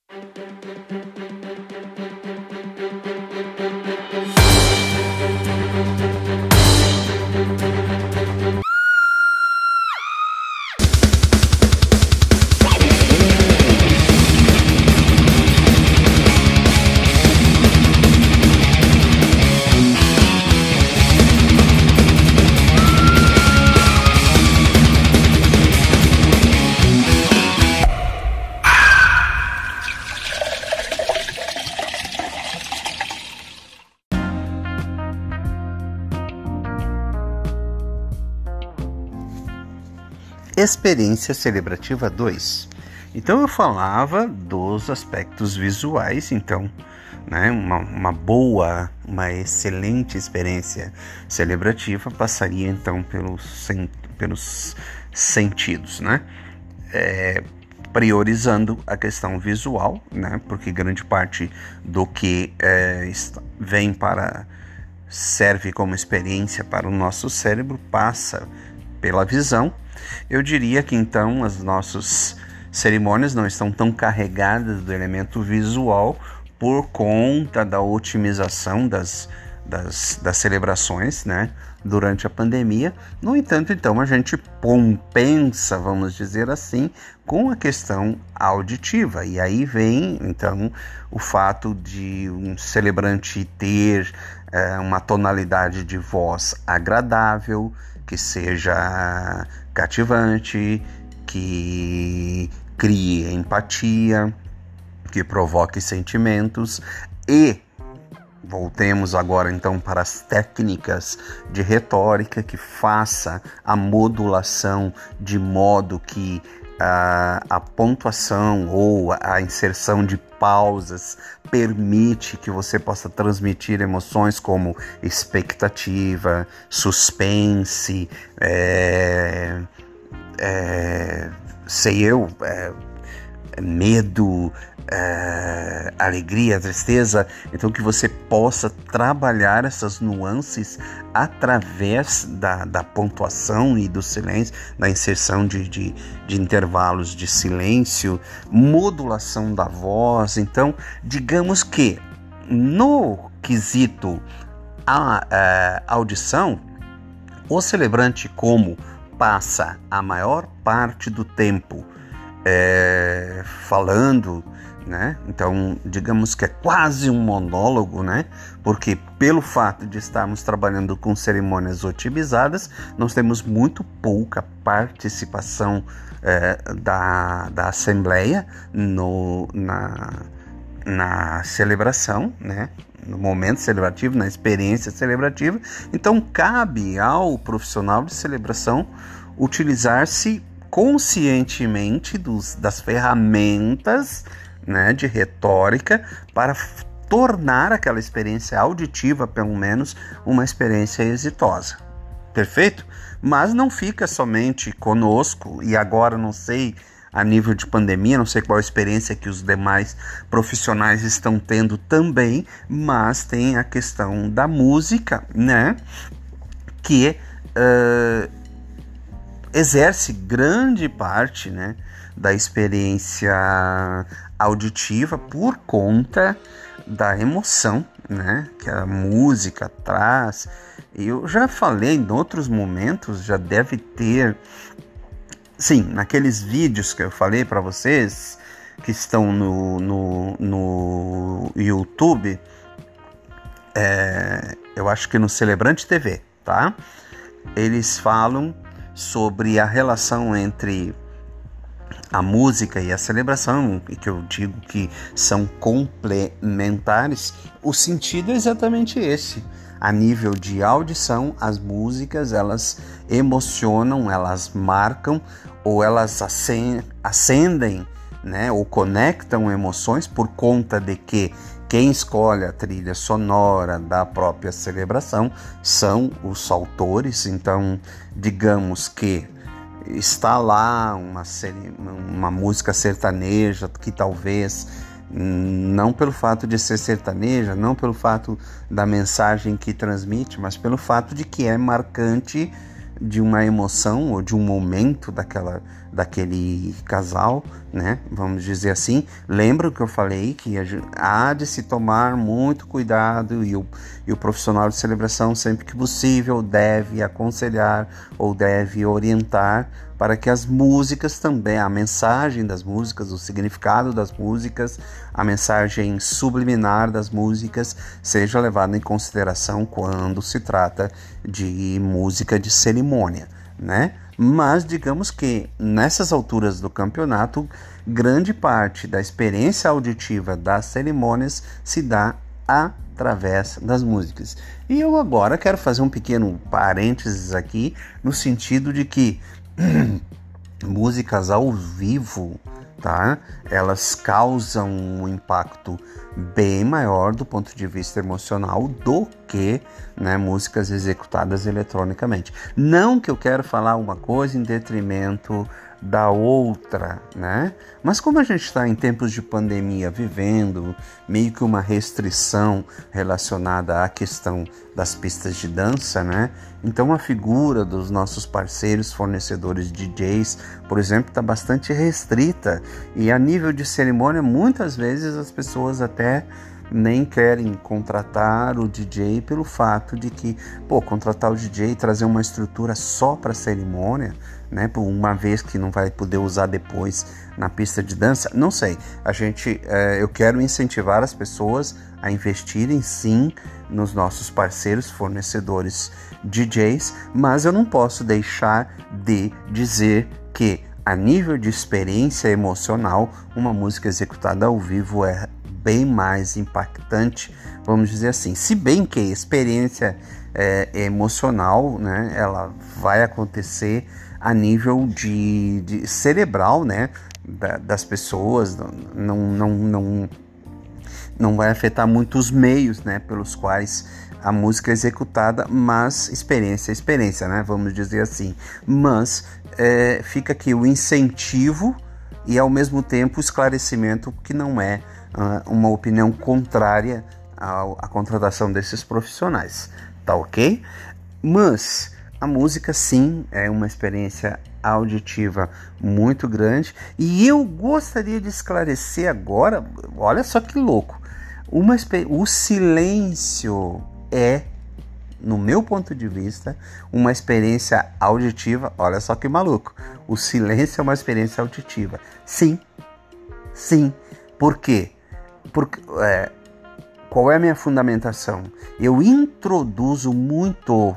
Experiência celebrativa 2. Então eu falava dos aspectos visuais, então, né, uma excelente experiência celebrativa passaria então pelos sentidos, né? Priorizando a questão visual, né? Porque grande parte do que serve como experiência para o nosso cérebro passa pela visão. Eu diria que então as nossas cerimônias não estão tão carregadas do elemento visual por conta da otimização das celebrações, né, durante a pandemia. No entanto, então, a gente compensa, vamos dizer assim, com a questão auditiva. E aí vem, então, o fato de um celebrante ter uma tonalidade de voz agradável, que seja cativante, que crie empatia, que provoque sentimentos. E voltemos agora então para as técnicas de retórica, que faça a modulação de modo que a pontuação ou a inserção de pausas permite que você possa transmitir emoções como expectativa, suspense, medo, alegria, tristeza. Então que você possa trabalhar essas nuances através da pontuação e do silêncio, da inserção de intervalos de silêncio, modulação da voz. Então digamos que no quesito audição, o celebrante, como passa a maior parte do tempo falando, né? Então, digamos que é quase um monólogo, né? Porque pelo fato de estarmos trabalhando com cerimônias otimizadas, nós temos muito pouca participação da assembleia na celebração, né? No momento celebrativo, na experiência celebrativa. Então, cabe ao profissional de celebração utilizar-se conscientemente das ferramentas, né, de retórica para tornar aquela experiência auditiva, pelo menos, uma experiência exitosa. Perfeito? Mas não fica somente conosco, e agora não sei, a nível de pandemia, não sei qual a experiência que os demais profissionais estão tendo também, mas tem a questão da música, né, que exerce grande parte, né, da experiência auditiva por conta da emoção, né, que a música traz. Eu já falei em outros momentos, já deve ter, sim, naqueles vídeos que eu falei para vocês, que estão no YouTube, eu acho que no Celebrante TV, tá? Eles falam sobre a relação entre a música e a celebração, e que eu digo que são complementares. O sentido é exatamente esse. A nível de audição, as músicas, elas emocionam, elas marcam, ou elas acendem, né, ou conectam emoções, por conta de que quem escolhe a trilha sonora da própria celebração são os autores. Então, digamos que está lá uma música sertaneja que talvez, não pelo fato de ser sertaneja, não pelo fato da mensagem que transmite, mas pelo fato de que é marcante de uma emoção ou de um momento daquele casal, né? Vamos dizer assim. Lembra que eu falei que há de se tomar muito cuidado e o profissional de celebração, sempre que possível, deve aconselhar ou deve orientar para que as músicas também, a mensagem das músicas, o significado das músicas, a mensagem subliminar das músicas seja levada em consideração quando se trata de música de cerimônia, né? Mas digamos que nessas alturas do campeonato, grande parte da experiência auditiva das cerimônias se dá através das músicas. E eu agora quero fazer um pequeno parênteses aqui, no sentido de que músicas ao vivo, tá? Elas causam um impacto bem maior do ponto de vista emocional do que, né, músicas executadas eletronicamente. Não que eu quero falar uma coisa em detrimento da outra, né? Mas como a gente está em tempos de pandemia, vivendo meio que uma restrição relacionada à questão das pistas de dança, né? Então a figura dos nossos parceiros fornecedores DJs, por exemplo, está bastante restrita, e a nível de cerimônia muitas vezes as pessoas até nem querem contratar o DJ pelo fato de que, contratar o DJ e trazer uma estrutura só para cerimônia, né, por uma vez que não vai poder usar depois na pista de dança, não sei. Eu quero incentivar as pessoas a investirem sim nos nossos parceiros fornecedores DJs, mas eu não posso deixar de dizer que a nível de experiência emocional, uma música executada ao vivo é bem mais impactante, vamos dizer assim. Se bem que a experiência emocional, né, ela vai acontecer a nível de cerebral, né, das pessoas, não vai afetar muito os meios, né, pelos quais a música é executada, mas experiência é experiência, né, vamos dizer assim. Mas fica aqui o incentivo e ao mesmo tempo o esclarecimento que não é uma opinião contrária à contratação desses profissionais, tá ok? Mas a música sim é uma experiência auditiva muito grande, e eu gostaria de esclarecer agora, olha só que louco, o silêncio é, no meu ponto de vista, uma experiência auditiva. Olha só que maluco, o silêncio é uma experiência auditiva. Sim, por quê? Porque, qual é a minha fundamentação? Eu introduzo muito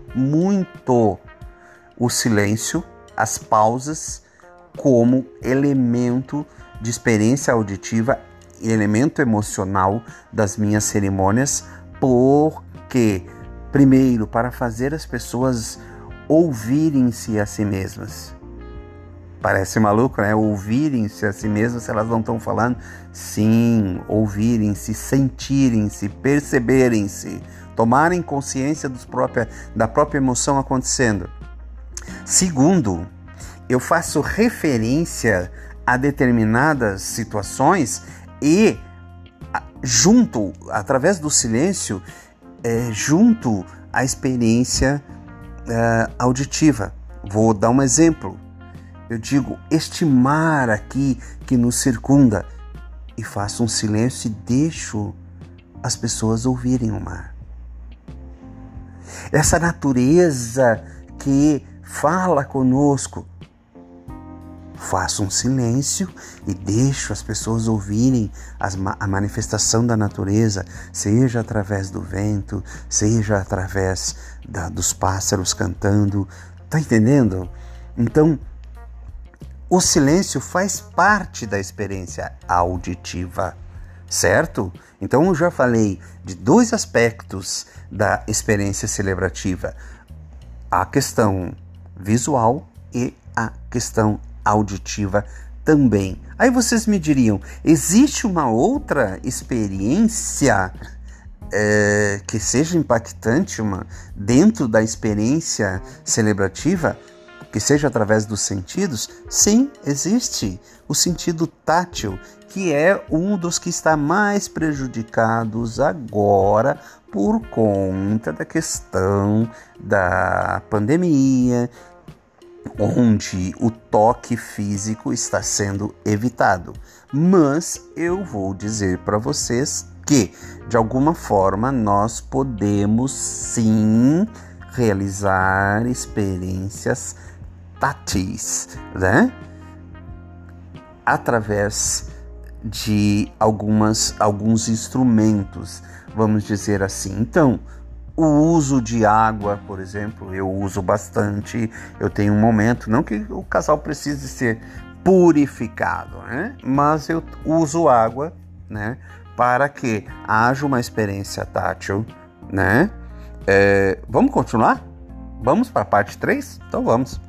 o silêncio, as pausas, como elemento de experiência auditiva e elemento emocional das minhas cerimônias, porque, primeiro, para fazer as pessoas ouvirem-se a si mesmas. Parece maluco, né? Ouvirem-se a si mesmas, se elas não estão falando. Sim, ouvirem-se, sentirem-se, perceberem-se, tomarem consciência da própria emoção acontecendo. Segundo, eu faço referência a determinadas situações e junto, através do silêncio, junto à experiência auditiva. Vou dar um exemplo. Eu digo, este mar aqui que nos circunda, e faço um silêncio e deixo as pessoas ouvirem o mar. Essa natureza que fala conosco, faço um silêncio e deixo as pessoas ouvirem a manifestação da natureza, seja através do vento, seja através dos pássaros cantando. Tá entendendo? Então, o silêncio faz parte da experiência auditiva, certo? Então eu já falei de dois aspectos da experiência celebrativa: a questão visual e a questão auditiva também. Aí vocês me diriam, existe uma outra experiência que seja impactante dentro da experiência celebrativa, que seja através dos sentidos? Sim, existe. O sentido tátil, que é um dos que está mais prejudicados agora por conta da questão da pandemia, onde o toque físico está sendo evitado. Mas eu vou dizer para vocês que, de alguma forma, nós podemos sim realizar experiências táteis, né? Através de alguns instrumentos, vamos dizer assim. Então, o uso de água, por exemplo, eu uso bastante. Eu tenho um momento, não que o casal precise ser purificado, né? Mas eu uso água, né? Para que haja uma experiência tátil, né? Vamos continuar? Vamos para a parte 3? Então vamos.